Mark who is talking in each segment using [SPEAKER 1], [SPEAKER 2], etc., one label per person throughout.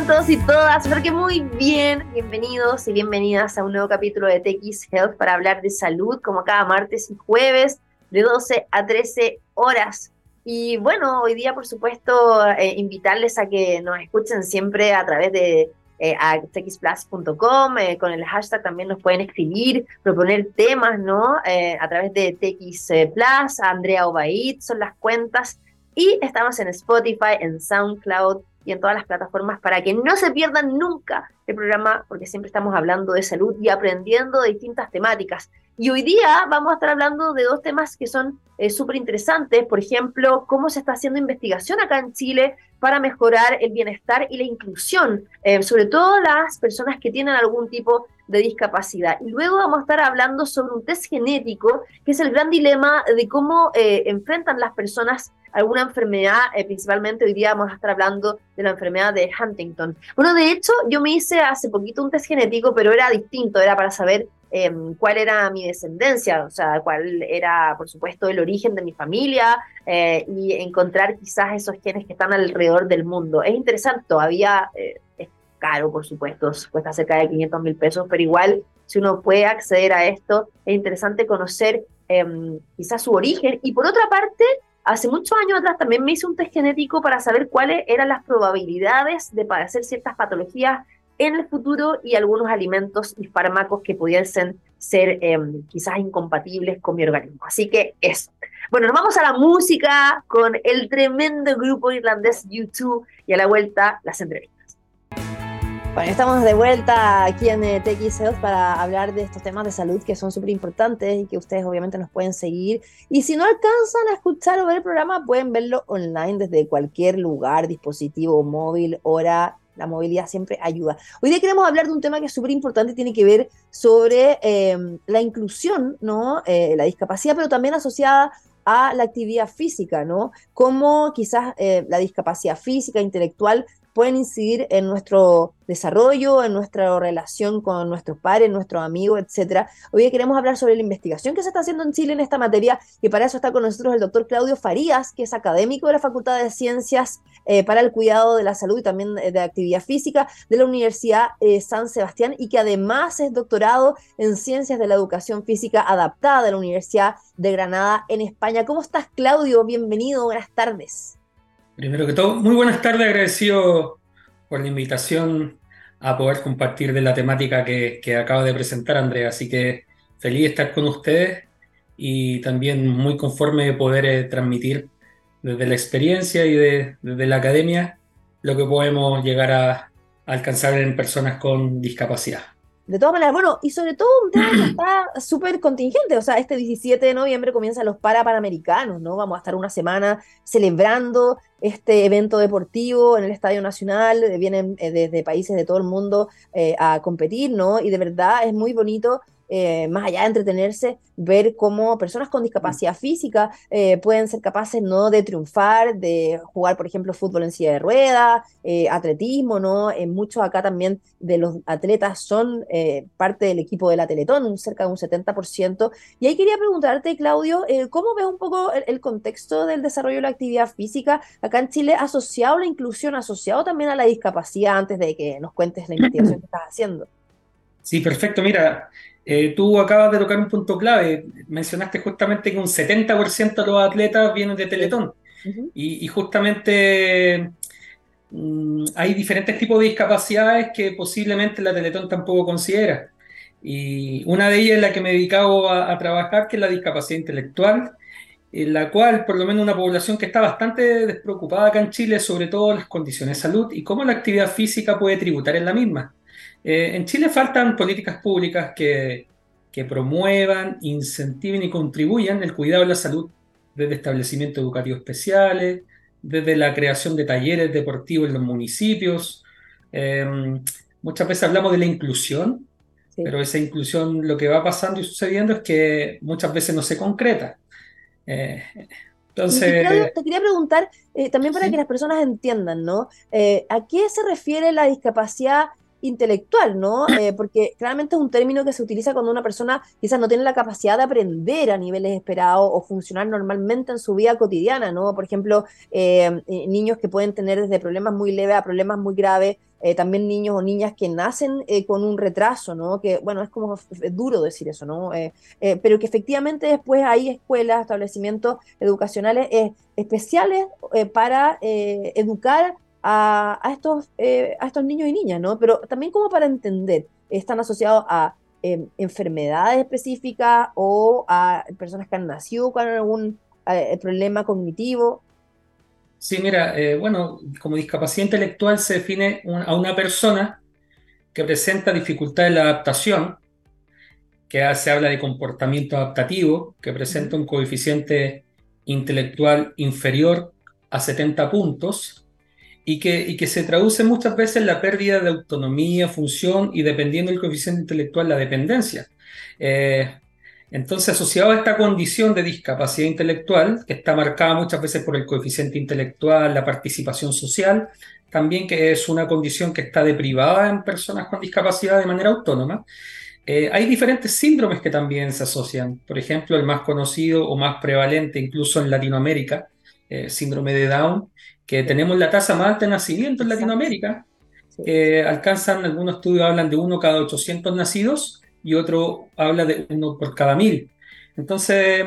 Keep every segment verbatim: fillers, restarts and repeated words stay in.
[SPEAKER 1] están todos y todas? Espero que muy bien. Bienvenidos y bienvenidas a un nuevo capítulo de T X Health para hablar de salud, como cada martes y jueves, de doce a trece horas. Y bueno, hoy día, por supuesto, eh, invitarles a que nos escuchen siempre a través de eh, a t x plus punto com, eh, con el hashtag también nos pueden escribir, proponer temas, ¿no? Eh, a través de T X Plus, Andrea Obaid son las cuentas. Y estamos en Spotify, en SoundCloud y en todas las plataformas para que no se pierdan nunca el programa, porque siempre estamos hablando de salud y aprendiendo de distintas temáticas. Y hoy día vamos a estar hablando de dos temas que son eh, súper interesantes. Por ejemplo, cómo se está haciendo investigación acá en Chile para mejorar el bienestar y la inclusión, eh, sobre todo las personas que tienen algún tipo de discapacidad. Y luego vamos a estar hablando sobre un test genético, que es el gran dilema de cómo eh, enfrentan las personas alguna enfermedad, eh, principalmente hoy día vamos a estar hablando de la enfermedad de Huntington. Bueno, de hecho, yo me hice hace poquito un test genético, pero era distinto, era para saber eh, cuál era mi descendencia, o sea, cuál era, por supuesto, el origen de mi familia eh, y encontrar quizás esos genes que están alrededor del mundo. Es interesante, todavía eh, es caro, por supuesto, cuesta cerca de quinientos mil pesos, pero igual, si uno puede acceder a esto, es interesante conocer eh, quizás su origen. Y por otra parte, hace muchos años atrás también me hice un test genético para saber cuáles eran las probabilidades de padecer ciertas patologías en el futuro y algunos alimentos y fármacos que pudiesen ser eh, quizás incompatibles con mi organismo. Así que eso. Bueno, nos vamos a la música con el tremendo grupo irlandés U dos y a la vuelta las entrevistas. Bueno, estamos de vuelta aquí en eh, T X Health para hablar de estos temas de salud que son súper importantes y que ustedes obviamente nos pueden seguir. Y si no alcanzan a escuchar o ver el programa, pueden verlo online desde cualquier lugar, dispositivo móvil, hora. La movilidad siempre ayuda. Hoy día queremos hablar de un tema que es súper importante y tiene que ver sobre eh, la inclusión, ¿no? Eh, la discapacidad, pero también asociada a la actividad física, ¿no? Cómo quizás eh, la discapacidad física, intelectual, pueden incidir en nuestro desarrollo, en nuestra relación con nuestros pares, nuestros amigos, etcétera. Hoy día queremos hablar sobre la investigación que se está haciendo en Chile en esta materia, y para eso está con nosotros el doctor Claudio Farías, que es académico de la Facultad de Ciencias eh, para el Cuidado de la Salud y también de Actividad Física de la Universidad eh, San Sebastián, y que además es doctorado en Ciencias de la Educación Física Adaptada de la Universidad de Granada en España. ¿Cómo estás, Claudio? Bienvenido, buenas tardes.
[SPEAKER 2] Primero que todo, muy buenas tardes, agradecido por la invitación a poder compartir de la temática que, que acaba de presentar Andrea, así que feliz de estar con ustedes y también muy conforme de poder eh, transmitir desde la experiencia y de, desde la academia lo que podemos llegar a, a alcanzar en personas con discapacidad.
[SPEAKER 1] De todas maneras, bueno, y sobre todo un tema que está súper contingente, o sea, este diecisiete de noviembre comienzan los Parapanamericanos, ¿no? Vamos a estar una semana celebrando este evento deportivo en el Estadio Nacional, eh, vienen eh, desde países de todo el mundo eh, a competir, ¿no? Y de verdad es muy bonito, eh, más allá de entretenerse, ver cómo personas con discapacidad física eh, pueden ser capaces, ¿no? De triunfar, de jugar, por ejemplo, fútbol en silla de ruedas, eh, atletismo, ¿no? En muchos acá también de los atletas son eh, parte del equipo de la Teletón, cerca de un setenta por ciento. Y ahí quería preguntarte, Claudio, eh, ¿cómo ves un poco el, el contexto del desarrollo de la actividad física acá en Chile, asociado a la inclusión, asociado también a la discapacidad, antes de que nos cuentes la investigación que estás haciendo?
[SPEAKER 2] Sí, perfecto. Mira, eh, tú acabas de tocar un punto clave. Mencionaste justamente que un setenta por ciento de los atletas vienen de
[SPEAKER 1] Sí.
[SPEAKER 2] Teletón.
[SPEAKER 1] Ujú.
[SPEAKER 2] Y, y justamente mm, hay diferentes tipos de discapacidades que posiblemente la Teletón tampoco considera. Y una de ellas es la que me he dedicado a, a trabajar, que es la discapacidad intelectual, en la cual por lo menos una población que está bastante despreocupada acá en Chile, sobre todo las condiciones de salud y cómo la actividad física puede tributar en la misma. Eh, en Chile faltan políticas públicas que, que promuevan, incentiven y contribuyan el cuidado de la salud desde establecimientos educativos especiales, desde la creación de talleres deportivos en los municipios. Eh, Muchas veces hablamos de la inclusión,
[SPEAKER 1] Sí.
[SPEAKER 2] pero esa inclusión lo que va pasando y sucediendo es que muchas veces no se concreta. Eh,
[SPEAKER 1] Y, y Claudio,
[SPEAKER 2] entonces,
[SPEAKER 1] te quería preguntar, eh, también para que
[SPEAKER 2] sí.
[SPEAKER 1] las personas entiendan, ¿no? Eh, ¿a qué se refiere la discapacidad intelectual, ¿no? Eh, porque claramente es un término que se utiliza cuando una persona quizás no tiene la capacidad de aprender a niveles esperados o funcionar normalmente en su vida cotidiana, ¿no? Por ejemplo, eh, eh, niños que pueden tener desde problemas muy leves a problemas muy graves, eh, también niños o niñas que nacen eh, con un retraso, ¿no? Que, bueno, es como es duro decir eso, ¿no? Eh, eh, pero que efectivamente después hay escuelas, establecimientos educacionales eh, especiales eh, para eh, educar a, a estos, eh, a estos niños y niñas, ¿no? Pero también como para entender, están asociados a eh, enfermedades específicas o a personas que han nacido con algún eh, problema cognitivo.
[SPEAKER 2] Sí, mira, eh, bueno, como discapacidad intelectual se define un- a una persona que presenta dificultad en la adaptación, que ha- se habla de comportamiento adaptativo, que presenta
[SPEAKER 1] Ujú.
[SPEAKER 2] un coeficiente intelectual inferior a setenta puntos y que, y que se traduce muchas veces en la pérdida de autonomía, función y, dependiendo del coeficiente intelectual, la dependencia. Eh, entonces, asociado a esta condición de discapacidad intelectual, que está marcada muchas veces por el coeficiente intelectual, la participación social, también que es una condición que está deprivada en personas con discapacidad de manera autónoma, eh, hay diferentes síndromes que también se asocian. Por ejemplo, el más conocido o más prevalente incluso en Latinoamérica, eh, síndrome de Down, que
[SPEAKER 1] Sí,
[SPEAKER 2] tenemos la tasa más alta de nacimiento en
[SPEAKER 1] exacto.
[SPEAKER 2] Latinoamérica,
[SPEAKER 1] Sí,
[SPEAKER 2] que alcanzan, algunos estudios hablan de uno cada ochocientos nacidos y otro habla de uno por cada mil. Entonces,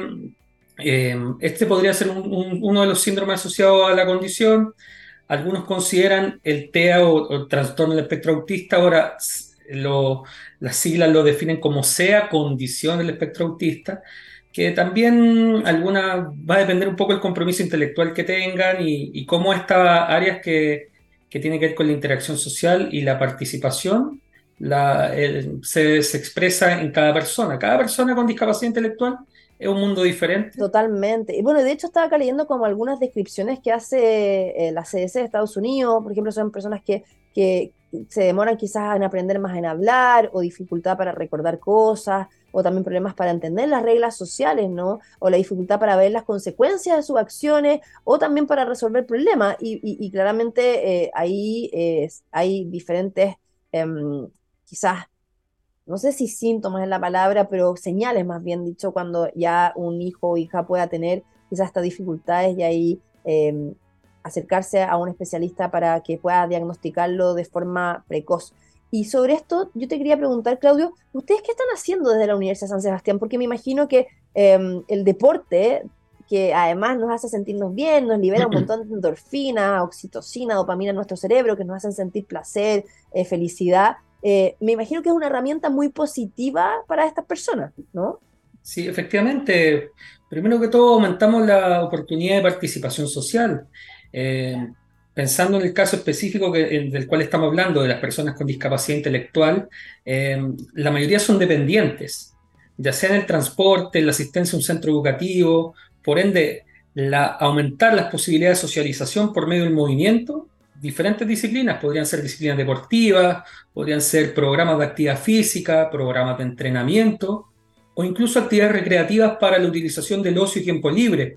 [SPEAKER 2] eh, este podría ser un- un- uno de los síndromes asociados a la condición. Algunos consideran el T E A o, o trastorno del espectro autista. Ahora, s- lo- las siglas lo definen como SEA, condición del espectro autista, que también alguna va a depender un poco del compromiso intelectual que tengan y, y cómo estas áreas que, que tienen que ver con la interacción social y la participación la, el- se, se expresa en cada persona. Cada persona con discapacidad intelectual es un mundo diferente.
[SPEAKER 1] totalmente. Y bueno, de hecho estaba acá leyendo como algunas descripciones que hace eh, la C D C de Estados Unidos. Por ejemplo, son personas que, que se demoran quizás en aprender más en hablar o dificultad para recordar cosas o también problemas para entender las reglas sociales, ¿no? O la dificultad para ver las consecuencias de sus acciones o también para resolver problemas. Y, y- y claramente eh, ahí eh, hay diferentes, em, quizás no sé si síntomas es la palabra, pero señales más bien dicho, cuando ya un hijo o hija pueda tener quizás estas dificultades y ahí eh, acercarse a un especialista para que pueda diagnosticarlo de forma precoz. Y sobre esto, yo te quería preguntar, Claudio, ¿ustedes qué están haciendo desde la Universidad de San Sebastián? Porque me imagino que eh, el deporte, que además nos hace sentirnos bien, nos libera un montón de endorfina, oxitocina, dopamina en nuestro cerebro, que nos hacen sentir placer, eh, felicidad eh, me imagino que es una herramienta muy positiva para estas personas, ¿no?
[SPEAKER 2] Sí, efectivamente. Primero que todo, aumentamos la oportunidad de participación social. Eh, Pensando en el caso específico que- el del cual estamos hablando, de las personas con discapacidad intelectual, eh, la mayoría son dependientes, ya sea en el transporte, en la asistencia a un centro educativo. Por ende, la, aumentar las posibilidades de socialización por medio del movimiento, diferentes disciplinas, podrían ser disciplinas deportivas, podrían ser programas de actividad física, programas de entrenamiento o incluso actividades recreativas para la utilización del ocio y tiempo libre.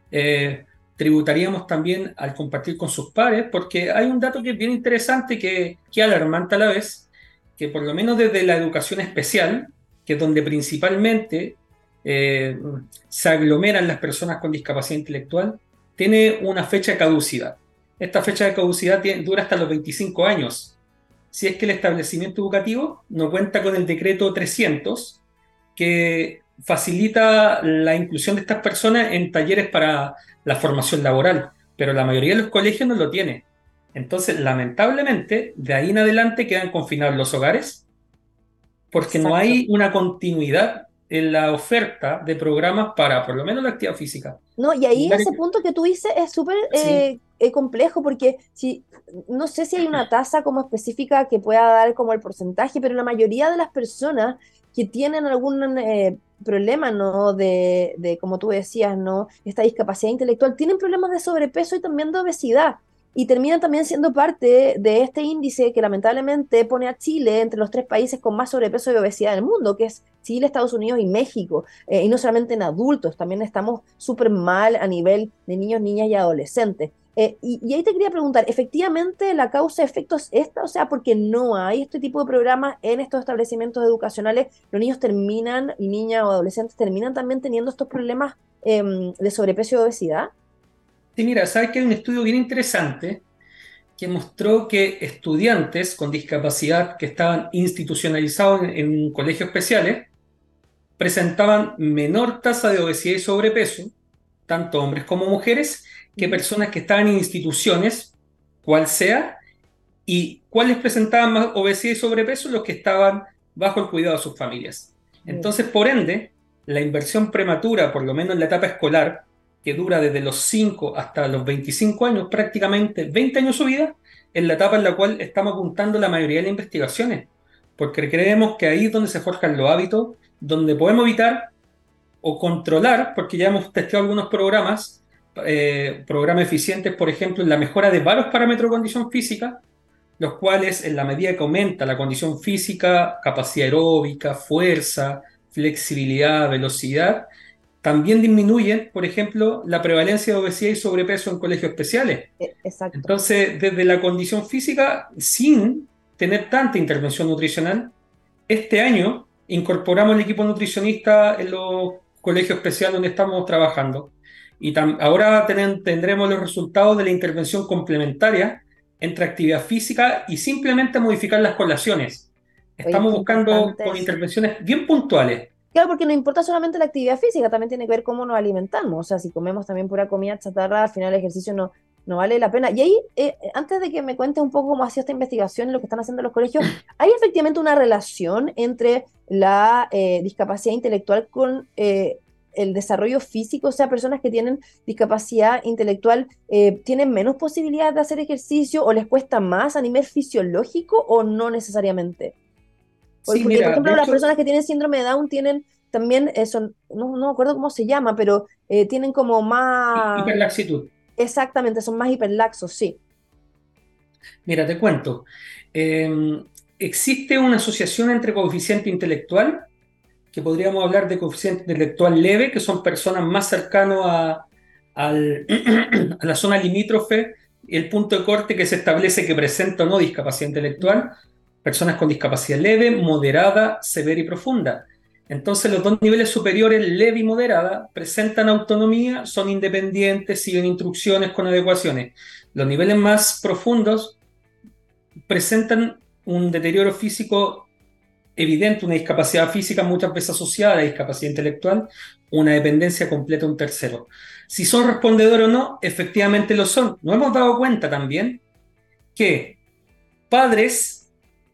[SPEAKER 2] Eh, Tributaríamos también al compartir con sus pares, porque hay un dato que es bien interesante, que, que alarmante a la vez, que por lo menos desde la educación especial, que es donde principalmente eh, se aglomeran las personas con discapacidad intelectual, tiene una fecha de caducidad. Esta fecha de caducidad tiene, dura hasta los veinticinco años. Si es que el establecimiento educativo no cuenta con el decreto trescientos, que facilita la inclusión de estas personas en talleres para la formación laboral, pero la mayoría de los colegios no lo tiene. Entonces, lamentablemente, de ahí en adelante quedan confinados los hogares porque no
[SPEAKER 1] Exacto.
[SPEAKER 2] hay una continuidad en la oferta de programas para, por lo menos, la actividad física.
[SPEAKER 1] No, y ahí ese punto que tú dices es súper
[SPEAKER 2] Sí,
[SPEAKER 1] eh, eh, complejo porque si, no sé si hay una tasa como específica que pueda dar como el porcentaje, pero la mayoría de las personas que tienen algún eh, problema, ¿no? De, de, como tú decías, ¿no? Esta discapacidad intelectual, tienen problemas de sobrepeso y también de obesidad. Y terminan también siendo parte de este índice que lamentablemente pone a Chile entre los tres países con más sobrepeso y obesidad del mundo, que es Chile, Estados Unidos y México eh, y no solamente en adultos, también estamos súper mal a nivel de niños, niñas y adolescentes. Eh, y, y, ahí te quería preguntar, ¿efectivamente la causa-efecto es esta? O sea, porque no hay este tipo de programas en estos establecimientos educacionales, los niños terminan, y niñas o adolescentes terminan también teniendo estos problemas eh, de sobrepeso y obesidad.
[SPEAKER 2] sí, mira, sabes que hay un estudio bien interesante que mostró que estudiantes con discapacidad que estaban institucionalizados en, en colegios especiales presentaban menor tasa de obesidad y sobrepeso, tanto hombres como mujeres, que
[SPEAKER 1] Ujú.
[SPEAKER 2] personas que estaban en instituciones, cual sea, y cuáles presentaban más obesidad y sobrepeso, los que estaban bajo el cuidado de sus familias.
[SPEAKER 1] Mira,
[SPEAKER 2] Entonces, por ende, la inversión prematura, por lo menos en la etapa escolar, que dura desde los cinco hasta los veinticinco años, prácticamente veinte años de su vida, es la etapa en la cual estamos apuntando la mayoría de las investigaciones, porque creemos que ahí es donde se forjan los hábitos, donde podemos evitar o controlar, porque ya hemos testeado algunos programas, eh, programas eficientes, por ejemplo, en la mejora de varios parámetros de condición física, los cuales en la medida que aumenta la condición física, capacidad aeróbica, fuerza, flexibilidad, velocidad, también disminuyen, por ejemplo, la prevalencia de obesidad y sobrepeso en colegios especiales.
[SPEAKER 1] e- exacto.
[SPEAKER 2] Entonces, desde la condición física, sin tener tanta intervención nutricional, este año incorporamos el equipo nutricionista en los colegios especiales donde estamos trabajando. Y tam- ahora tenen- tendremos los resultados de la intervención complementaria entre actividad física y simplemente modificar las colaciones.
[SPEAKER 1] Oye,
[SPEAKER 2] Estamos
[SPEAKER 1] qué
[SPEAKER 2] buscando
[SPEAKER 1] importante
[SPEAKER 2] con
[SPEAKER 1] eso.
[SPEAKER 2] intervenciones bien puntuales.
[SPEAKER 1] Claro, porque no importa solamente la actividad física, también tiene que ver cómo nos alimentamos. O sea, si comemos también pura comida chatarra, al final el ejercicio no, no vale la pena. Y ahí, eh, antes de que me cuentes un poco cómo ha sido esta investigación y lo que están haciendo los colegios, ¿hay efectivamente una relación entre la eh, discapacidad intelectual con eh, el desarrollo físico? O sea, personas que tienen discapacidad intelectual eh, tienen menos posibilidades de hacer ejercicio o les cuesta más a nivel fisiológico o no necesariamente. Por-
[SPEAKER 2] Sí,
[SPEAKER 1] Porque, por
[SPEAKER 2] mira, de
[SPEAKER 1] ejemplo, las
[SPEAKER 2] hecho,
[SPEAKER 1] personas que tienen síndrome de Down tienen también, eh, son, no, no me acuerdo cómo se llama, pero eh, tienen como
[SPEAKER 2] hi-
[SPEAKER 1] más,
[SPEAKER 2] hiperlaxitud.
[SPEAKER 1] exactamente, son más hiperlaxos, sí.
[SPEAKER 2] Mira, te cuento. Eh, existe una asociación entre coeficiente intelectual, que podríamos hablar de coeficiente intelectual leve, que son personas más cercanas a, al- a la zona limítrofe, el punto de corte que se establece que presenta o no discapacidad
[SPEAKER 1] Ujú.
[SPEAKER 2] intelectual, personas con discapacidad leve, moderada, severa y profunda. Entonces, los dos niveles superiores, leve y moderada, presentan autonomía, son independientes, siguen instrucciones con adecuaciones. Los niveles más profundos presentan un deterioro físico evidente, una discapacidad física muchas veces asociada a la discapacidad intelectual, una dependencia completa de un tercero. Si son respondedores o no, efectivamente lo son. Nos hemos dado cuenta también que padres,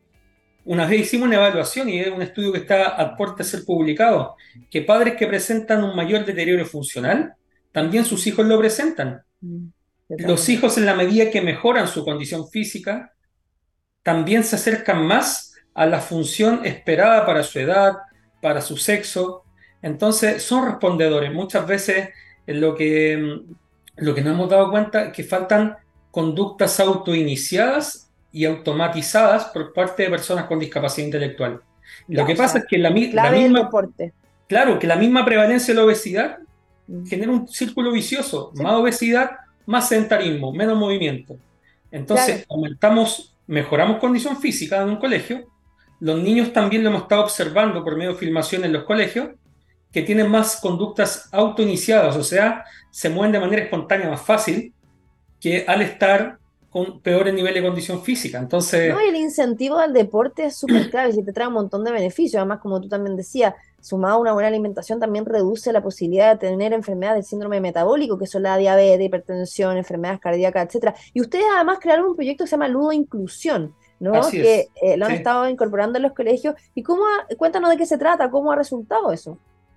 [SPEAKER 2] una vez hicimos una evaluación y es un estudio que está a puerta de ser publicado, que padres que presentan un mayor deterioro funcional, también sus hijos lo presentan.
[SPEAKER 1] Mm, de todas
[SPEAKER 2] Los
[SPEAKER 1] maneras.
[SPEAKER 2] hijos en la medida que mejoran su condición física, también se acercan más a la función esperada para su edad, para su sexo. Entonces, son respondedores. Muchas veces eh, lo que, lo que nos hemos dado cuenta es que faltan conductas autoiniciadas y automatizadas por parte de personas con discapacidad intelectual. Lo
[SPEAKER 1] Ya, o
[SPEAKER 2] que pasa
[SPEAKER 1] sea,
[SPEAKER 2] es que la, mi- la
[SPEAKER 1] clave el
[SPEAKER 2] misma,
[SPEAKER 1] deporte.
[SPEAKER 2] claro, que la misma prevalencia de la obesidad
[SPEAKER 1] Mm.
[SPEAKER 2] genera un círculo vicioso,
[SPEAKER 1] Sí,
[SPEAKER 2] más obesidad, más sedentarismo, menos movimiento.
[SPEAKER 1] claro.
[SPEAKER 2] Entonces, aumentamos, mejoramos condición física en un colegio, los niños también lo hemos estado observando por medio de filmación en los colegios, que tienen más conductas autoiniciadas, o sea, se mueven de manera espontánea más fácil que al estar con peores niveles de condición física.
[SPEAKER 1] No,
[SPEAKER 2] Entonces,
[SPEAKER 1] y el incentivo al deporte es súper clave, y te trae un montón de beneficios. Además, como tú también decías, sumado a una buena alimentación también reduce la posibilidad de tener enfermedades del síndrome metabólico, que son la diabetes, hipertensión, enfermedades cardíacas, etcétera. Y ustedes además crearon un proyecto que se llama Ludo Inclusión, ¿no?
[SPEAKER 2] así
[SPEAKER 1] Que
[SPEAKER 2] es.
[SPEAKER 1] eh, lo han
[SPEAKER 2] Sí.
[SPEAKER 1] estado incorporando en los colegios. ¿Y cómo ha- cuéntanos de qué se trata, cómo ha resultado eso?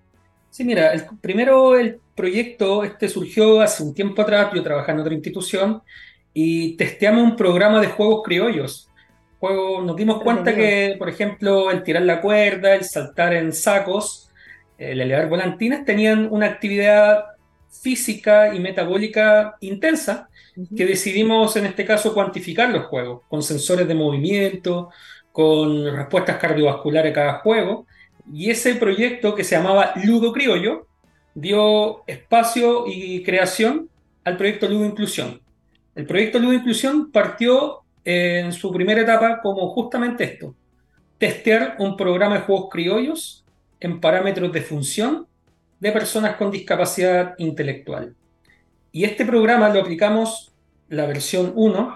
[SPEAKER 2] Sí, mira, el, primero el proyecto este surgió hace un tiempo atrás, yo trabajaba en otra institución y testeamos un programa de juegos criollos. Juego, nos dimos cuenta
[SPEAKER 1] Entretenido.
[SPEAKER 2] que, por ejemplo, el tirar la cuerda, el saltar en sacos, el elevar volantinas, tenían una actividad física y metabólica intensa
[SPEAKER 1] Ujú.
[SPEAKER 2] que decidimos en este caso cuantificar los juegos, con sensores de movimiento, con respuestas cardiovasculares a cada juego. Y ese proyecto que se llamaba Ludo Criollo dio espacio y creación al proyecto Ludo Inclusión. El proyecto Ludo Inclusión partió eh, en su primera etapa como justamente esto, testear un programa de juegos criollos en parámetros de función de personas con discapacidad intelectual. Y este programa lo aplicamos la versión uno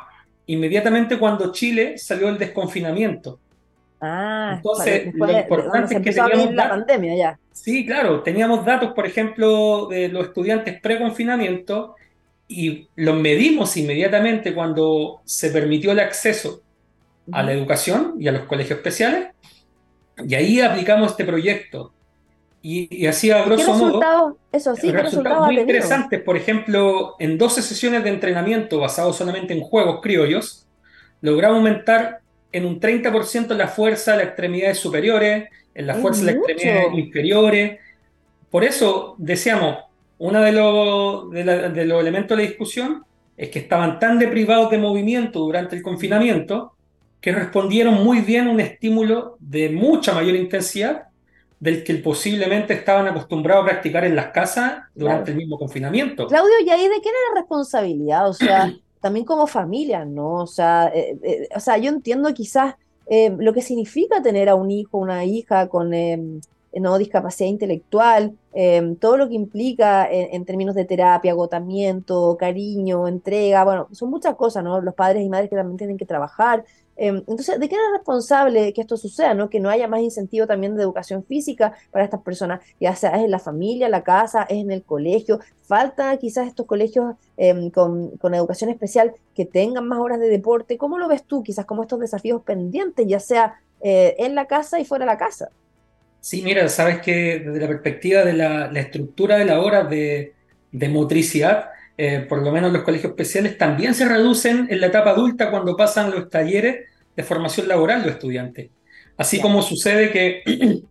[SPEAKER 2] inmediatamente cuando Chile salió del desconfinamiento.
[SPEAKER 3] Ah, para-
[SPEAKER 2] Entonces,
[SPEAKER 3] después
[SPEAKER 2] lo
[SPEAKER 3] de, de donde
[SPEAKER 2] importante
[SPEAKER 3] se
[SPEAKER 2] es que
[SPEAKER 3] empezó a abrir
[SPEAKER 2] teníamos
[SPEAKER 3] la
[SPEAKER 2] datos.
[SPEAKER 3] pandemia ya.
[SPEAKER 2] Sí, claro, teníamos datos, por ejemplo, de los estudiantes pre-confinamiento y los medimos inmediatamente cuando se permitió el acceso a la
[SPEAKER 3] Ujú.
[SPEAKER 2] educación y a los colegios especiales, y ahí aplicamos este proyecto. Y, y así, a
[SPEAKER 3] ¿Y qué
[SPEAKER 2] grosso modo,
[SPEAKER 3] resultados, eso sí, qué
[SPEAKER 2] resultados
[SPEAKER 3] resultados ha
[SPEAKER 2] muy
[SPEAKER 3] tenido?
[SPEAKER 2] interesantes. Por ejemplo, en doce sesiones de entrenamiento basados solamente en juegos criollos, logramos aumentar en un treinta por ciento la fuerza de las extremidades superiores, en la
[SPEAKER 3] Es
[SPEAKER 2] fuerza de las extremidades
[SPEAKER 3] mucho.
[SPEAKER 2] inferiores. Por eso decíamos, uno de los, de, la- de los elementos de la discusión es que estaban tan deprivados de movimiento durante el
[SPEAKER 3] Ujú.
[SPEAKER 2] confinamiento que respondieron muy bien a un estímulo de mucha mayor intensidad del que posiblemente estaban acostumbrados a practicar en las casas durante
[SPEAKER 3] Claro.
[SPEAKER 2] el mismo confinamiento.
[SPEAKER 3] Claudio, ¿y ahí de quién es la responsabilidad? O sea, también como familia, ¿no? O sea, eh, eh, o sea, yo entiendo quizás eh, lo que significa tener a un hijo, una hija con eh, no discapacidad intelectual, eh, todo lo que implica en, en términos de terapia, agotamiento, cariño, entrega, bueno, son muchas cosas, ¿no? Los padres y madres que también tienen que trabajar. Eh, entonces, ¿de quién es responsable que esto suceda, ¿no? Que no haya más incentivo también de educación física para estas personas, ya sea es en la familia, la casa, es en el colegio. Falta quizás estos colegios eh, con, con educación especial que tengan más horas de deporte. ¿Cómo lo ves tú? Quizás como estos desafíos pendientes, ya sea eh, en la casa y fuera de la casa.
[SPEAKER 2] Sí, mira, sabes que desde la perspectiva de la, la estructura de las horas de, de motricidad, eh, por lo menos los colegios especiales también se reducen en la etapa adulta cuando pasan los talleres de formación laboral los estudiantes. Así
[SPEAKER 3] Claro.
[SPEAKER 2] como sucede que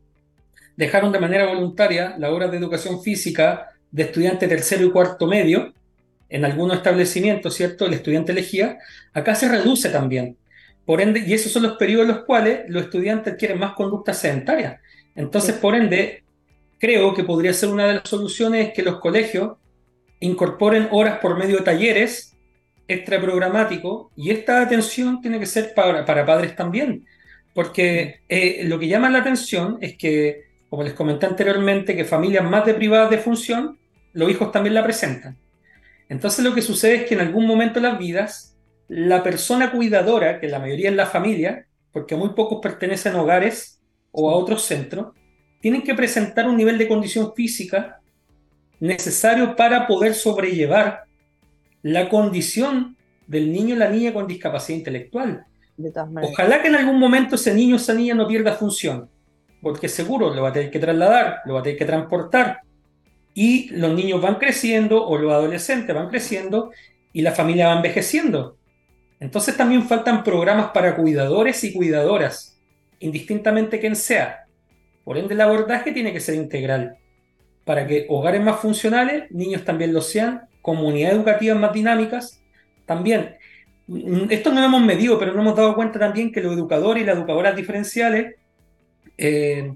[SPEAKER 2] dejaron de manera voluntaria las horas de educación física de estudiantes tercero y cuarto medio en algunos establecimientos, ¿cierto? El estudiante elegía, acá se reduce también. Por ende, y esos son los periodos en los cuales los estudiantes adquieren más conductas sedentarias. Entonces,
[SPEAKER 3] Sí.
[SPEAKER 2] por ende, creo que podría ser una de las soluciones que los colegios incorporen horas por medio de talleres extraprogramáticos y esta atención tiene que ser para, para padres también,
[SPEAKER 3] Mm.
[SPEAKER 2] porque eh, lo que llama la atención es que, como les comenté anteriormente, que familias más deprivadas de función, los hijos también la presentan. Entonces lo que sucede es que en algún momento de las vidas, la persona cuidadora, que la mayoría es la familia, porque muy pocos pertenecen a hogares o a
[SPEAKER 3] Sí.
[SPEAKER 2] otros centros, tienen que presentar un nivel de condición física necesario para poder sobrellevar la condición del niño o la niña con discapacidad intelectual.
[SPEAKER 3] De todas maneras.
[SPEAKER 2] Ojalá que en algún momento ese niño o esa niña no pierda función, porque seguro lo va a tener que trasladar, lo va a tener que transportar, y los niños van creciendo o los adolescentes van creciendo y la familia va envejeciendo. Entonces también faltan programas para cuidadores y cuidadoras, indistintamente quién sea. Por ende, el abordaje tiene que ser integral para
[SPEAKER 3] Mm.
[SPEAKER 2] que hogares más funcionales, niños también lo sean, comunidades educativas más dinámicas, también. Mm, Esto no lo hemos medido, pero nos hemos dado cuenta también que los educadores y las educadoras diferenciales eh,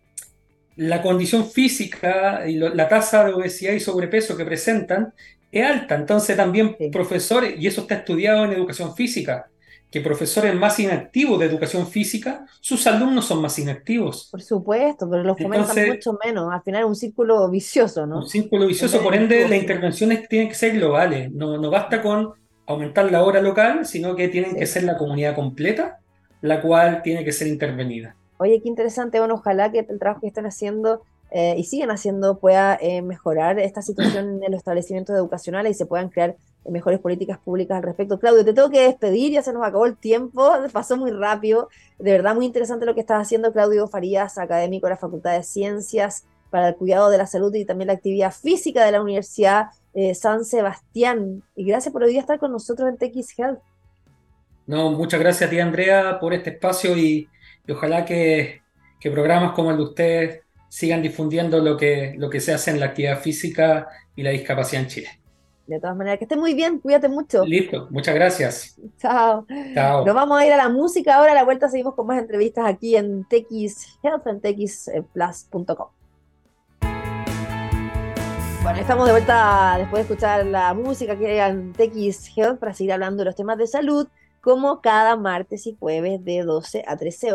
[SPEAKER 2] la condición física y lo- la tasa de obesidad y sobrepeso que presentan es alta. Entonces también
[SPEAKER 3] Sí.
[SPEAKER 2] profesores, y eso está estudiado en educación física, que profesores más inactivos de educación física, sus alumnos son más inactivos.
[SPEAKER 3] Por supuesto, pero los fomentan
[SPEAKER 2] Entonces,
[SPEAKER 3] mucho menos. Al final es un círculo vicioso,
[SPEAKER 2] un
[SPEAKER 3] ¿no?
[SPEAKER 2] círculo
[SPEAKER 3] En
[SPEAKER 2] vicioso,
[SPEAKER 3] vez de
[SPEAKER 2] por ende, las
[SPEAKER 3] virtuoso.
[SPEAKER 2] intervenciones tienen que ser globales. No, no basta con aumentar la hora local, sino que tienen que
[SPEAKER 3] Sí.
[SPEAKER 2] ser la comunidad completa, la cual tiene que ser intervenida.
[SPEAKER 3] Oye, qué interesante. Bueno, ojalá que el trabajo que están haciendo eh, y siguen haciendo pueda eh, mejorar esta situación en los establecimientos educacionales y se puedan crear eh, mejores políticas públicas al respecto. Claudio, te tengo que despedir, ya se nos acabó el tiempo, pasó muy rápido. De verdad, muy interesante lo que estás haciendo, Claudio Farías, académico de la Facultad de Ciencias para el Cuidado de la Salud y también la Actividad Física de la Universidad eh, San Sebastián. Y gracias por hoy día estar con nosotros en T X Health.
[SPEAKER 2] No, muchas gracias a ti, Andrea, por este espacio y, y ojalá que, que programas como el de ustedes sigan difundiendo lo que, lo que se hace en la actividad física y la discapacidad en Chile.
[SPEAKER 3] De todas maneras, que estés muy bien, cuídate mucho.
[SPEAKER 2] Listo, muchas gracias.
[SPEAKER 3] Chao. Nos
[SPEAKER 2] Chao.
[SPEAKER 3] vamos a ir a la música ahora. A la vuelta seguimos con más entrevistas aquí en T X Health, en t x plus punto com. Bueno, estamos de vuelta después de escuchar la música que hay en T X Health para seguir hablando de los temas de salud, como cada martes y jueves de doce a trece horas.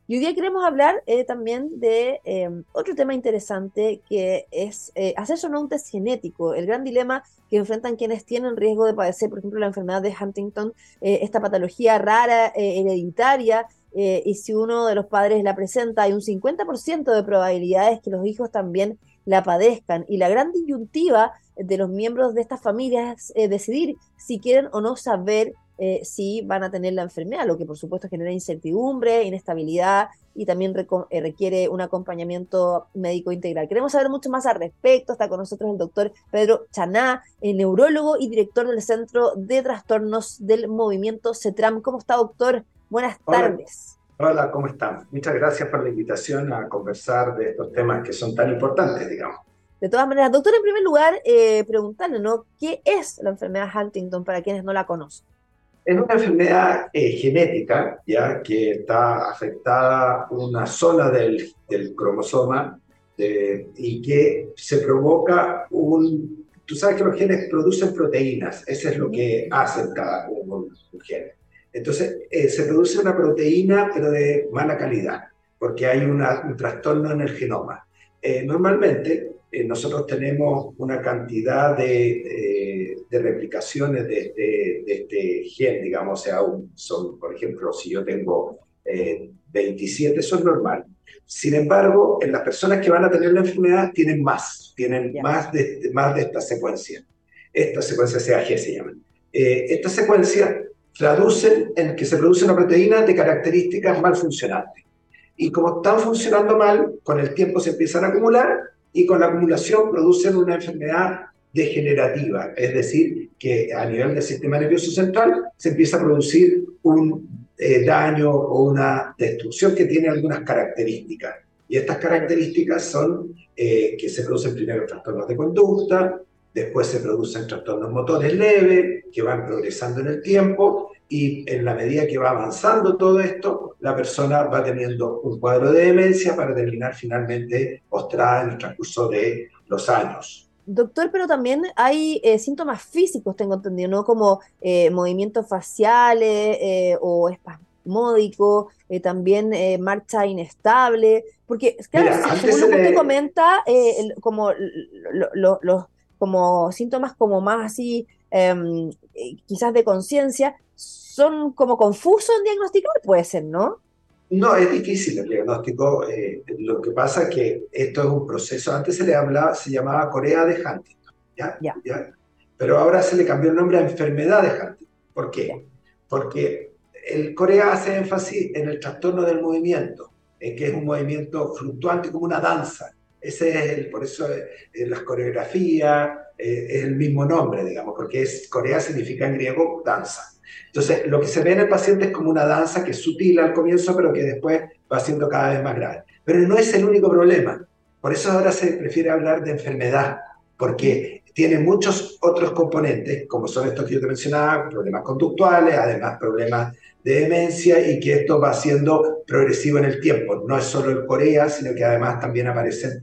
[SPEAKER 3] Y hoy día queremos hablar eh, también de eh, otro tema interesante que es eh, hacerse o no un test genético, el gran dilema que enfrentan quienes tienen riesgo de padecer, por ejemplo, la enfermedad de Huntington, eh, esta patología rara, eh, hereditaria, eh, y si uno de los padres la presenta, hay un cincuenta por ciento de probabilidades que los hijos también la padezcan. Y la gran disyuntiva de los miembros de estas familias es eh, decidir si quieren o no saber eh, si van a tener la enfermedad, lo que por supuesto genera incertidumbre, inestabilidad y también reco- eh, requiere un acompañamiento médico integral. Queremos saber mucho más al respecto. Está con nosotros el doctor Pedro Chaná, eh, neurólogo y director del Centro de Trastornos del Movimiento CETRAM. ¿Cómo está, doctor? Buenas
[SPEAKER 4] Hola,
[SPEAKER 3] tardes.
[SPEAKER 4] hola, ¿cómo están? Muchas gracias por la invitación a conversar de estos temas que son tan importantes, digamos.
[SPEAKER 3] De todas maneras, doctor, en primer lugar, eh, preguntarle, ¿no? ¿Qué es la enfermedad Huntington para quienes no la conocen?
[SPEAKER 4] Es una enfermedad eh, genética, ya que está afectada una zona del, del cromosoma eh, y que se provoca un... Tú sabes que los genes producen proteínas, eso es lo que hacen cada uno un gen. Entonces, eh, se produce una proteína, pero de mala calidad, porque hay una, un trastorno en el genoma. Eh, normalmente, eh, nosotros tenemos una cantidad de, eh, de replicaciones de, de, de este gen, digamos, o sea, un, son, por ejemplo, si yo tengo eh, veintisiete, eso es normal. Sin embargo, en las personas que van a tener la enfermedad tienen más, tienen
[SPEAKER 3] Ya.
[SPEAKER 4] más de, más de esta secuencia. Esta secuencia C A G se llaman. Eh, esta secuencia traducen en que se produce una proteína de características mal funcionantes. Y como están funcionando mal, con el tiempo se empiezan a acumular y con la acumulación producen una enfermedad degenerativa, es decir, que a nivel del sistema nervioso central se empieza a producir un eh, daño o una destrucción que tiene algunas características. Y estas características son eh, que se producen primero trastornos de conducta, después se producen trastornos motores leves que van progresando en el tiempo y en la medida que va avanzando todo esto, la persona va teniendo un cuadro de demencia para terminar finalmente postrada en el transcurso de los años.
[SPEAKER 3] Doctor, pero también hay eh, síntomas físicos, tengo entendido, ¿no? Como eh, movimientos faciales eh, o espasmódicos, eh, también eh, marcha inestable, porque claro,
[SPEAKER 4] Mira,
[SPEAKER 3] se-
[SPEAKER 4] antes
[SPEAKER 3] según
[SPEAKER 4] se
[SPEAKER 3] lo que usted
[SPEAKER 4] le...
[SPEAKER 3] comenta, eh, el- como lo- lo- los como síntomas como más así, em, eh, quizás de conciencia, son como confusos en diagnosticar, puede ser, ¿no?
[SPEAKER 4] No, es difícil el diagnóstico. Eh, lo que pasa es que esto es un proceso. Antes se le hablaba, se llamaba Corea de Huntington, ¿ya?
[SPEAKER 3] Ya,
[SPEAKER 4] ¿Ya? Pero ahora se le cambió el nombre a enfermedad de Huntington. ¿Por
[SPEAKER 3] ya,
[SPEAKER 4] qué? Porque el Corea hace énfasis en el trastorno del movimiento, en que es un movimiento fluctuante como una danza. Ese es el, por eso eh, las coreografías eh, es el mismo nombre, digamos, porque es, Corea significa en griego danza. Entonces, lo que se ve en el paciente es como una danza que es sutil al comienzo, pero que después va siendo cada vez más grave. Pero no es el único problema. Por eso ahora se prefiere hablar de enfermedad, porque tiene muchos otros componentes, como son estos que yo te mencionaba, problemas conductuales, además problemas de demencia, y que esto va siendo progresivo en el tiempo. No es solo el Corea, sino que además también aparecen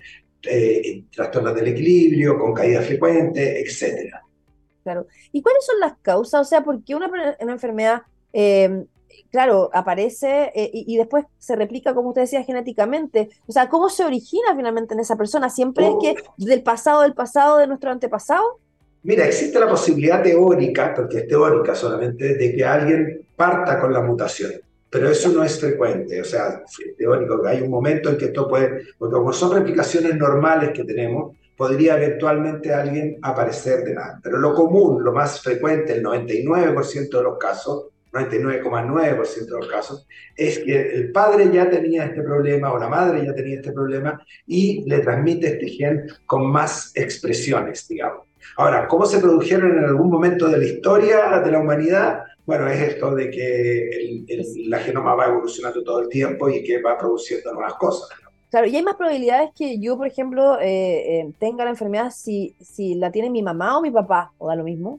[SPEAKER 4] eh, trastornos del equilibrio, con caídas frecuentes, etcétera.
[SPEAKER 3] claro. ¿Y cuáles son las causas? O sea, ¿por qué una, pre- una enfermedad, eh, claro, aparece eh, y, y después se replica, como usted decía, genéticamente? O sea, ¿cómo se origina finalmente en esa persona? ¿Siempre es que del pasado, del pasado, de nuestro antepasado?
[SPEAKER 4] Mira, existe la posibilidad teórica, porque es teórica solamente, de que alguien parta con la mutación, pero eso
[SPEAKER 3] Ya,
[SPEAKER 4] no es frecuente, o sea, es teórico, que hay un momento en que esto puede, porque como son replicaciones normales que tenemos, podría eventualmente alguien aparecer de nada. Pero lo común, lo más frecuente, el noventa y nueve por ciento de los casos, noventa y nueve coma nueve por ciento de los casos, es que el padre ya tenía este problema o la madre ya tenía este problema y le transmite este gen con más expresiones, digamos. Ahora, ¿cómo se produjeron en algún momento de la historia de la humanidad? Bueno, es esto de que el,
[SPEAKER 3] pues,
[SPEAKER 4] el, la genoma va evolucionando todo el tiempo y que va produciendo nuevas cosas.
[SPEAKER 3] claro, y hay más probabilidades que yo, por ejemplo, eh, eh, tenga la enfermedad si, si la tiene mi mamá o mi papá, o da lo mismo.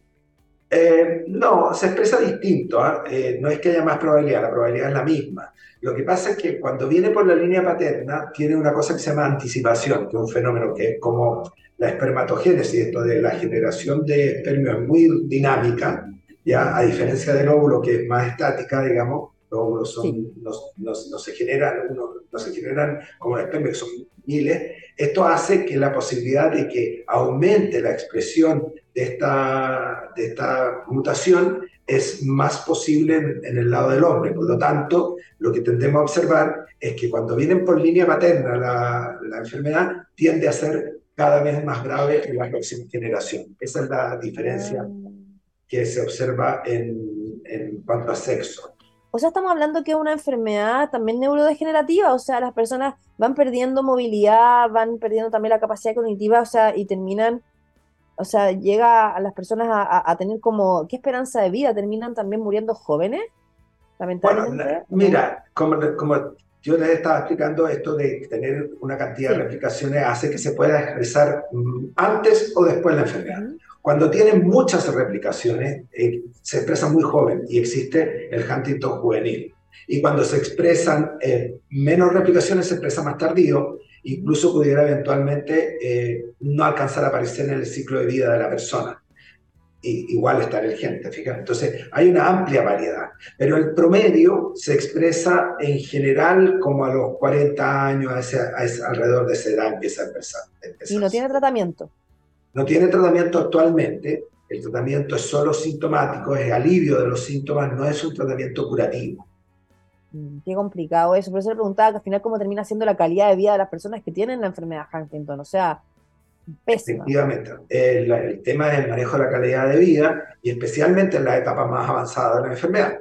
[SPEAKER 4] Eh, no, se expresa distinto, ¿eh? Eh, no es que haya más probabilidad, la probabilidad es la misma. Lo que pasa es que cuando viene por la línea paterna, tiene una cosa que se llama anticipación, que es un fenómeno que es como la espermatogénesis, esto de la generación de espermio es muy dinámica, ya a diferencia del óvulo que es más estática, digamos, los óvulos son,
[SPEAKER 3] Sí.
[SPEAKER 4] no, no, no se generan, uno, no se generan como las esperma, que son miles. Esto hace que la posibilidad de que aumente la expresión de esta, de esta mutación es más posible en, en el lado del hombre. Por lo tanto, lo que tendemos a observar es que cuando vienen por línea materna la, la enfermedad tiende a ser cada vez más grave en la próxima generación. Esa es la diferencia
[SPEAKER 3] Ah.
[SPEAKER 4] que se observa en, en cuanto a sexo.
[SPEAKER 3] O sea, estamos hablando que es una enfermedad también neurodegenerativa, o sea, las personas van perdiendo movilidad, van perdiendo también la capacidad cognitiva, o sea, y terminan, o sea, llega a las personas a, a- a tener como, ¿qué esperanza de vida? ¿Terminan también muriendo jóvenes,
[SPEAKER 4] Bueno,
[SPEAKER 3] lamentablemente? ¿O no?
[SPEAKER 4] mira, como, como yo les estaba explicando, esto de tener una cantidad de
[SPEAKER 3] Sí.
[SPEAKER 4] replicaciones hace que se pueda expresar mm, antes o después de la enfermedad.
[SPEAKER 3] Ujú.
[SPEAKER 4] Cuando tienen muchas replicaciones, eh, se expresa muy joven y existe el Huntington juvenil. Y cuando se expresan eh, menos replicaciones, se expresa más tardío, incluso pudiera eventualmente eh, no alcanzar a aparecer en el ciclo de vida de la persona. Y, igual estar el gen, fíjate. Entonces, hay una amplia variedad, pero el promedio se expresa en general como a los cuarenta años, a ese, a ese, alrededor de esa edad empieza a empezar. A
[SPEAKER 3] Y
[SPEAKER 4] empezar.
[SPEAKER 3] no tiene tratamiento.
[SPEAKER 4] No tiene tratamiento actualmente, el tratamiento es solo sintomático, es alivio de los síntomas, no es un tratamiento curativo.
[SPEAKER 3] Mm, Qué complicado eso. Por eso le preguntaba que al final cómo termina siendo la calidad de vida de las personas que tienen la enfermedad Huntington. O sea, pésima.
[SPEAKER 4] Efectivamente, el, el tema es el manejo de la calidad de vida y especialmente en las etapas más avanzadas de la enfermedad.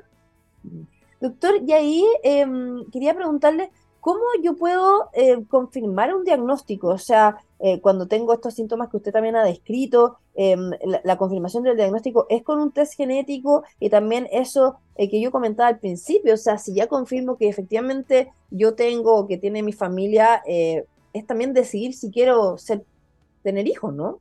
[SPEAKER 3] Doctor, y ahí em, quería preguntarle, ¿cómo yo puedo eh, confirmar un diagnóstico? O sea, eh, cuando tengo estos síntomas que usted también ha descrito, em, la, la confirmación del diagnóstico es con un test genético y también eso eh, que yo comentaba al principio, o sea, si ya confirmo que efectivamente yo tengo o que tiene mi familia, eh, es también decidir si quiero ser, tener hijos, ¿no?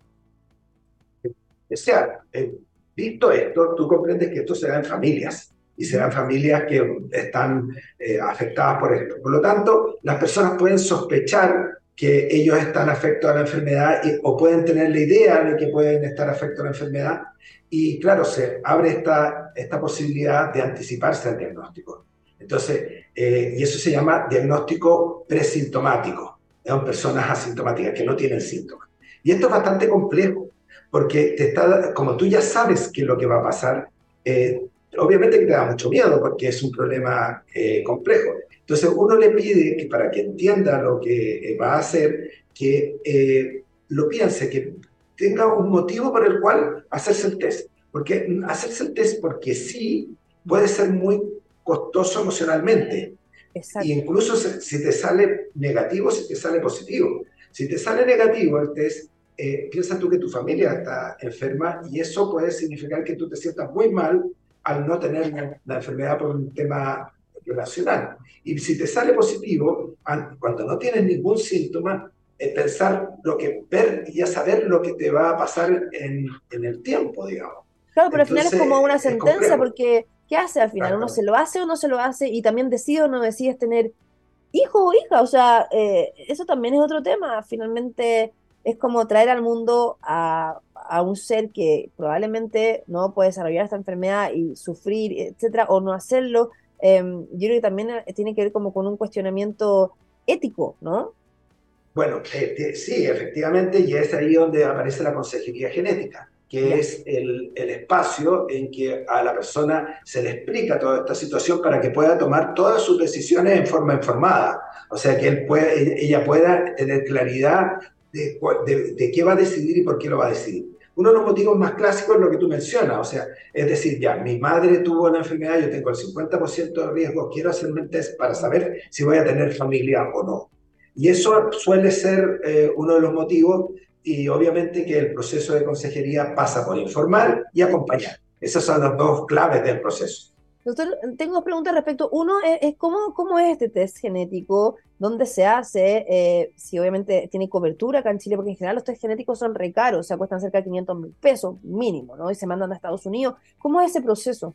[SPEAKER 4] O sea, eh, visto esto, tú comprendes que esto se da en familias y se
[SPEAKER 3] Ujú.
[SPEAKER 4] dan familias que están eh, afectadas por esto. Por lo tanto, las personas pueden sospechar que ellos están afectos a la enfermedad y, o pueden tener la idea de que pueden estar afectos a la enfermedad y claro, se abre esta, esta posibilidad de anticiparse al diagnóstico. Entonces, eh, y eso se llama diagnóstico presintomático. Son personas asintomáticas que no tienen síntomas. Y esto es bastante complejo porque te está, como tú ya sabes qué es lo que va a pasar, eh, obviamente que te da mucho miedo porque es un problema eh, complejo. Entonces uno le pide que para que entienda lo que va a hacer, que eh, lo piense, que tenga un motivo por el cual hacerse el test. Porque hacerse el test porque sí puede ser muy costoso emocionalmente. Y
[SPEAKER 3] Exacto.
[SPEAKER 4] incluso si te sale negativo, si te sale positivo. Si te sale negativo el test, eh, piensa tú que tu familia está enferma y eso puede significar que tú te sientas muy mal al no tener la, la enfermedad por un tema relacional. Y si te sale positivo, cuando no tienes ningún síntoma, es pensar lo que, ver y ya saber lo que te va a pasar en, en el tiempo, digamos.
[SPEAKER 3] Claro, pero al final es como
[SPEAKER 4] Entonces,
[SPEAKER 3] una
[SPEAKER 4] es
[SPEAKER 3] sentencia,
[SPEAKER 4] complejo.
[SPEAKER 3] porque ¿qué hace al final? ¿Uno se
[SPEAKER 4] Exactamente.
[SPEAKER 3] lo hace o no se lo hace? Y también decide o no decide tener hijo o hija. O sea, eh, eso también es otro tema. Finalmente es como traer al mundo a, a un ser que probablemente no puede desarrollar esta enfermedad y sufrir, etcétera, o no hacerlo. Eh, yo creo que también eh, tiene que ver como con un cuestionamiento ético, ¿no?
[SPEAKER 4] Bueno, eh, eh, sí, efectivamente, y es ahí donde aparece la consejería genética, que
[SPEAKER 3] Ya.
[SPEAKER 4] es el, el espacio en que a la persona se le explica toda esta situación para que pueda tomar todas sus decisiones en forma informada. O sea, que él puede, ella pueda tener claridad de, de, de qué va a decidir y por qué lo va a decidir. Uno de los motivos más clásicos es lo que tú mencionas, o sea, es decir, ya, mi madre tuvo la enfermedad, yo tengo el cincuenta por ciento de riesgo, quiero hacerme el test para saber si voy a tener familia o no. Y eso suele ser eh, uno de los motivos y obviamente que el proceso de consejería pasa por informar y acompañar. Esas son las dos claves del proceso.
[SPEAKER 3] Doctor, tengo dos preguntas respecto. Uno es, es cómo, cómo es este test genético, dónde se hace, eh, si obviamente tiene cobertura acá en Chile, porque en general los test genéticos son re caros, o sea, cuestan cerca de quinientos mil pesos mínimo, ¿no? Y se mandan a Estados Unidos. ¿Cómo es ese proceso?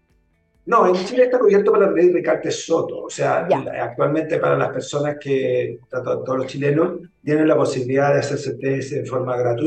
[SPEAKER 4] No, en Chile está cubierto por la ley de Cartes Soto, o sea,
[SPEAKER 3] Ya.
[SPEAKER 4] actualmente para las personas que, todos los chilenos, tienen la posibilidad de hacerse test de forma gratuita.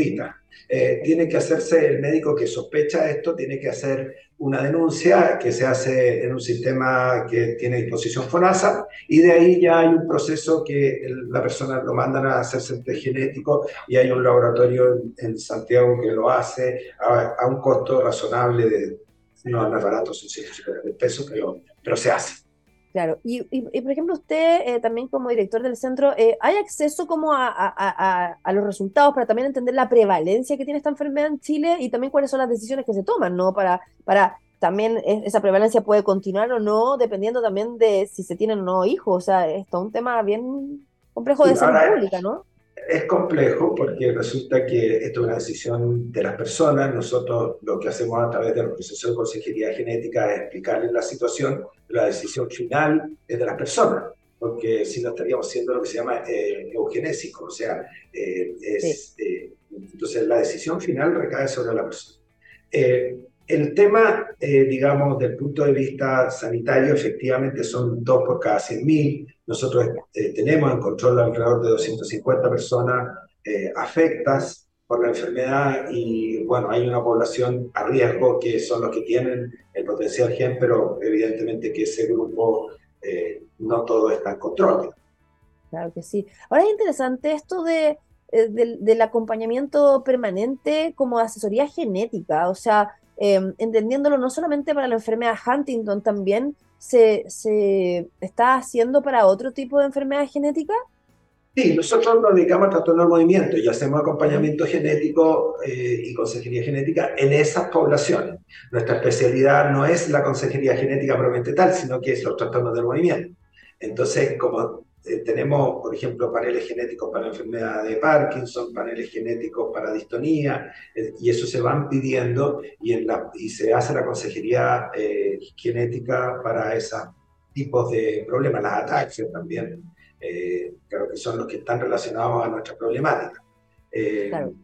[SPEAKER 4] Eh, tiene que hacerse, el médico que sospecha esto, tiene que hacer una denuncia que se hace en un sistema que tiene a disposición FONASA, y de ahí ya hay un proceso que el- la persona lo mandan a hacerse el test genético, y hay un laboratorio en, en Santiago que lo hace a, a un costo razonable de, no, no es barato, son ciento cincuenta mil pesos, pero, pero se hace.
[SPEAKER 3] Claro, y, y- y, por ejemplo, usted eh, también como director del centro, eh, ¿hay acceso como a, a- a- a- a los resultados para también entender la prevalencia que tiene esta enfermedad en Chile y también cuáles son las decisiones que se toman, ¿no? Para, para también e- esa prevalencia puede continuar o no, dependiendo también de si se tienen o no hijos. O sea, esto es un tema bien complejo
[SPEAKER 4] Sí,
[SPEAKER 3] de salud
[SPEAKER 4] ahora,
[SPEAKER 3] pública, ¿no?
[SPEAKER 4] es complejo porque resulta que esto es una decisión de las personas. Nosotros lo que hacemos a través del proceso de consejería genética es explicarles la situación. La decisión final es de las personas, porque si no estaríamos haciendo lo que se llama eh, eugenésico, o sea, eh,
[SPEAKER 3] Sí,
[SPEAKER 4] es, eh, entonces la decisión final recae sobre la persona. Eh, el tema, eh, digamos, del punto de vista sanitario, efectivamente son dos por cada cien mil. Nosotros
[SPEAKER 3] ya,
[SPEAKER 4] eh, tenemos en control alrededor de doscientas cincuenta personas eh, afectas por la enfermedad, y bueno, hay una población a riesgo que son los que tienen el potencial gen, pero evidentemente que ese grupo eh, no todo está en control.
[SPEAKER 3] claro que sí. Ahora es interesante esto de, eh, del, del acompañamiento permanente como asesoría genética, o sea, eh, entendiéndolo no solamente para la enfermedad Huntington, también se, se está haciendo para otro tipo de enfermedad genética.
[SPEAKER 4] Sí, nosotros nos dedicamos a trastorno del movimiento y hacemos
[SPEAKER 3] Ujú.
[SPEAKER 4] acompañamiento genético eh, y consejería genética en esas poblaciones. Nuestra especialidad no es la consejería genética propiamente tal, sino que es los trastornos del movimiento. Entonces, como eh, tenemos, por ejemplo, paneles genéticos para la enfermedad de Parkinson, paneles genéticos para distonía, eh, y eso se van pidiendo, y, en la, y se hace la consejería eh, genética para esos tipos de problemas, las ataxias también, eh, creo que son los que están relacionados a nuestra problemática. Eh,
[SPEAKER 3] Claro.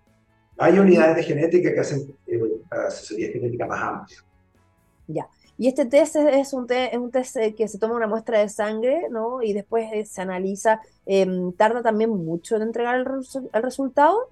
[SPEAKER 4] hay
[SPEAKER 3] Y
[SPEAKER 4] unidades de genética que hacen eh, asesoría genética más amplia.
[SPEAKER 3] ya. Y este test es, es un test, es un test eh, que se toma una muestra de sangre, ¿no? Y después eh, se analiza. Em, ¿tarda también mucho en entregar el, resu- el resultado?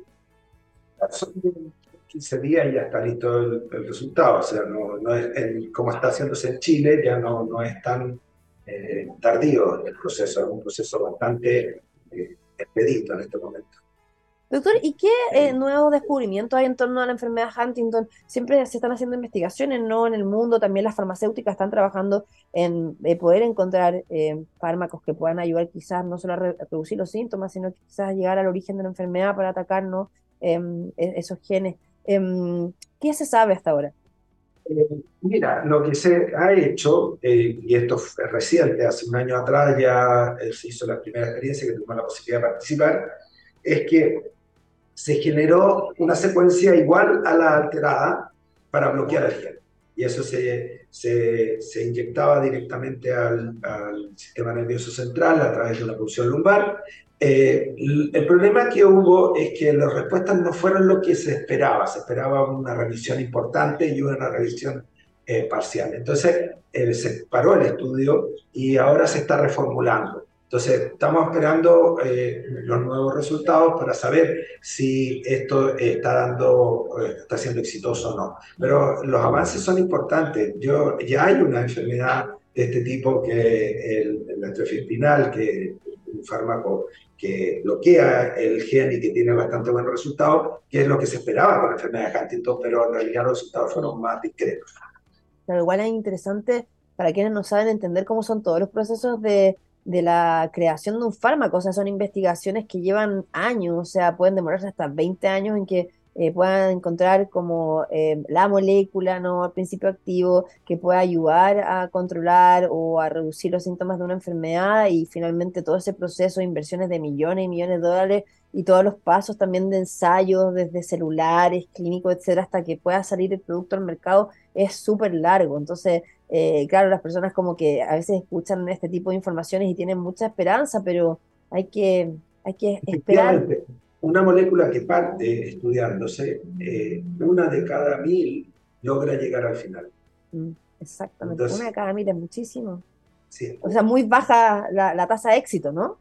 [SPEAKER 4] Son quince días y ya está listo el, el resultado, o sea, no, no es el, como está haciéndose en Chile, ya no, no es tan eh, tardío el proceso, es un proceso bastante eh, expedito en este momento.
[SPEAKER 3] Doctor, ¿y qué eh, nuevos descubrimientos hay en torno a la enfermedad Huntington? Siempre se están haciendo investigaciones, ¿no? En el mundo, también las farmacéuticas están trabajando en eh, poder encontrar eh, fármacos que puedan ayudar quizás no solo a, re- a reducir los síntomas, sino que quizás llegar al origen de la enfermedad para atacar, ¿no? Em, e- esos genes. Em, ¿qué se sabe hasta ahora?
[SPEAKER 4] Eh, mira, lo que se ha hecho, eh, y esto es reciente, hace un año atrás ya eh, se hizo la primera experiencia que tuvimos la posibilidad de participar, es que se generó una secuencia igual a la alterada para bloquear
[SPEAKER 3] ¿Ya?
[SPEAKER 4] el gen. Y eso se, se, se inyectaba directamente al, al, sistema nervioso central a través de una punción lumbar. Eh, el problema que hubo es que las respuestas no fueron lo que se esperaba. Se esperaba una revisión importante y una revisión eh, parcial. Entonces, eh, se paró el estudio y ahora se está reformulando. Entonces, estamos esperando eh, los nuevos resultados para saber si esto está dando, eh, está siendo exitoso o no. Pero los avances son importantes. Yo, ya hay una enfermedad de este tipo, que el, el antiofipinal, que es un fármaco que bloquea el gen y que tiene bastante buenos resultados, que es lo que se esperaba con la enfermedad de Huntington, pero en realidad los resultados fueron más discretos.
[SPEAKER 3] Pero igual es interesante para quienes no saben entender cómo son todos los procesos de, de la creación de un fármaco. O sea, son investigaciones que llevan años, o sea, pueden demorarse hasta veinte años en que eh, puedan encontrar como eh, la molécula, ¿no? El principio activo que pueda ayudar a controlar o a reducir los síntomas de una enfermedad y finalmente todo ese proceso de inversiones de millones y millones de dólares y todos los pasos también de ensayos desde celulares, clínicos, etcétera, hasta que pueda salir el producto al mercado es súper largo. Entonces, eh, claro, las personas como que a veces escuchan este tipo de informaciones y tienen mucha esperanza, pero hay que, hay que esperar.
[SPEAKER 4] Efectivamente, una molécula que parte estudiándose, eh, una de cada mil logra llegar al final.
[SPEAKER 3] Mm, exactamente, una de
[SPEAKER 4] Entonces,
[SPEAKER 3] cada mil es muchísimo.
[SPEAKER 4] sí,
[SPEAKER 3] O sea, muy baja la, la tasa de éxito, ¿no?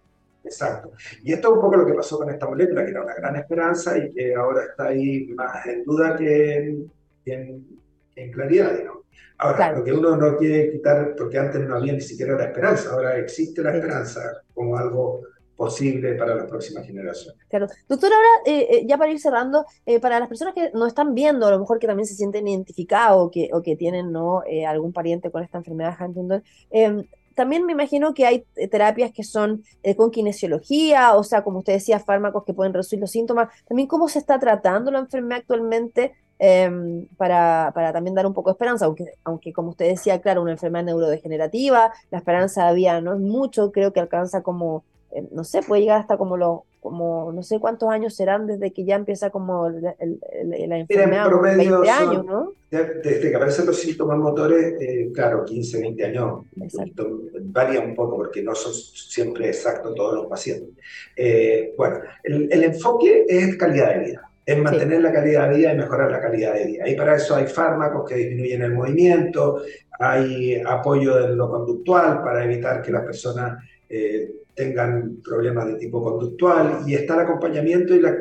[SPEAKER 4] Exacto. Y esto es un poco lo que pasó con esta molécula, que era una gran esperanza y que ahora está ahí más en duda que en, que en, que en claridad, digamos. Ahora,
[SPEAKER 3] Claro,
[SPEAKER 4] lo que uno no quiere quitar, porque antes no había ni siquiera la esperanza, ahora existe la
[SPEAKER 3] sí.
[SPEAKER 4] esperanza como algo posible para las próximas generaciones.
[SPEAKER 3] Claro. Doctor, ahora, eh, eh, ya para ir cerrando, eh, para las personas que nos están viendo, a lo mejor que también se sienten identificados o que, o que tienen, ¿no? eh, algún pariente con esta enfermedad de Huntington, eh, también me imagino que hay eh, terapias que son eh, con kinesiología, o sea, como usted decía, fármacos que pueden reducir los síntomas. También cómo se está tratando la enfermedad actualmente, eh, para, para también dar un poco de esperanza, aunque, aunque como usted decía, claro, una enfermedad neurodegenerativa, la esperanza de vida no es mucho, creo que alcanza como eh, no sé, puede llegar hasta como los, como no sé cuántos años serán desde que ya empieza como el- el- el- la
[SPEAKER 4] Mira, en
[SPEAKER 3] enfermedad, unos
[SPEAKER 4] promedio
[SPEAKER 3] veinte años,
[SPEAKER 4] son,
[SPEAKER 3] ¿no?
[SPEAKER 4] de- desde que aparecen los síntomas motores, eh, claro, quince, veinte años, un
[SPEAKER 3] Exacto.
[SPEAKER 4] poquito, varía un poco porque no son siempre exactos todos los pacientes. Eh, bueno, el, el enfoque es calidad de vida, es
[SPEAKER 3] Sí,
[SPEAKER 4] mantener la calidad de vida y mejorar la calidad de vida. Y para eso hay fármacos que disminuyen el movimiento, hay apoyo en lo conductual para evitar que las personas eh, tengan problemas de tipo conductual y está el acompañamiento y la,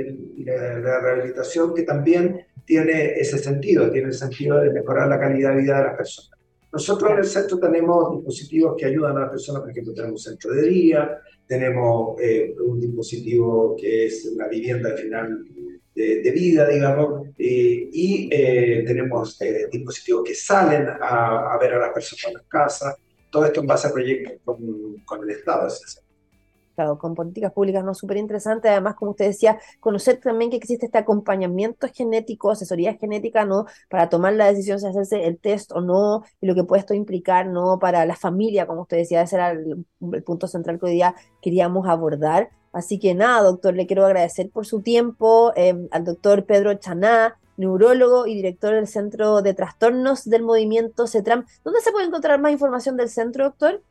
[SPEAKER 4] y la, la rehabilitación que también tiene ese sentido, tiene el sentido de mejorar la calidad de vida de las personas. Nosotros en
[SPEAKER 3] claro.
[SPEAKER 4] el centro tenemos dispositivos que ayudan a las personas, por ejemplo, tenemos un centro de día, tenemos eh, un dispositivo que es una vivienda al final de, de vida, digamos, eh, y eh, tenemos eh, dispositivos que salen a, a ver a las personas en las casas, todo esto en base a proyectos con, con el Estado, es
[SPEAKER 3] Claro, con políticas públicas no súper interesante. Además, como usted decía, conocer también que existe este acompañamiento genético, asesoría genética, ¿no? Para tomar la decisión si hacerse el test o no, y lo que puede esto implicar, ¿no? Para la familia, como usted decía, ese era el, el punto central que hoy día queríamos abordar. Así que nada, doctor, le quiero agradecer por su tiempo, eh, al doctor Pedro Chaná, neurólogo y director del Centro de Trastornos del Movimiento CETRAM. ¿Dónde se puede encontrar más información del centro, doctor?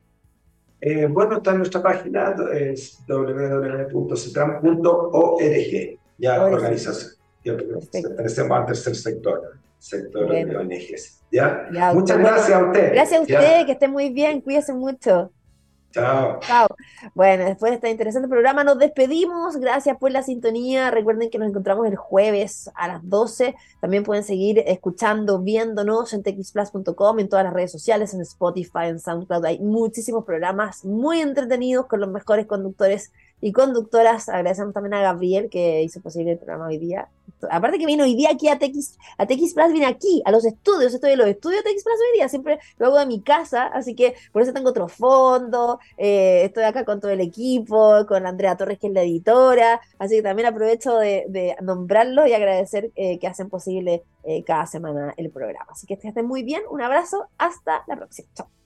[SPEAKER 4] Eh, bueno, está en nuestra página, es w w w punto cetram punto org, ya
[SPEAKER 3] Org.
[SPEAKER 4] organización. Ya
[SPEAKER 3] Perfecto.
[SPEAKER 4] pertenecemos al tercer sector, sector de
[SPEAKER 3] Bueno.
[SPEAKER 4] O N Gs. ¿Ya?
[SPEAKER 3] Ya,
[SPEAKER 4] Muchas
[SPEAKER 3] doctor. Bueno,
[SPEAKER 4] gracias a usted.
[SPEAKER 3] gracias a usted, que
[SPEAKER 4] ¿Ya?
[SPEAKER 3] esté muy bien, cuídese mucho.
[SPEAKER 4] Chao.
[SPEAKER 3] Chao. Bueno, después de este interesante programa nos despedimos. Gracias por la sintonía. Recuerden que nos encontramos el jueves a las doce. También pueden seguir escuchando, viéndonos en t x plus punto com, en todas las redes sociales, en Spotify, en SoundCloud. Hay muchísimos programas muy entretenidos con los mejores conductores y conductoras. Agradecemos también a Gabriel que hizo posible el programa hoy día. Aparte que vino hoy día aquí a T X, a T X Plus, vine aquí, a los estudios, estoy en los estudios de T X Plus hoy día, siempre lo hago de mi casa, así que por eso tengo otro fondo, eh, estoy acá con todo el equipo, con Andrea Torres, que es la editora, así que también aprovecho de, de nombrarlos y agradecer eh, que hacen posible eh, cada semana el programa. Así que estén muy bien, un abrazo, hasta la próxima, chao.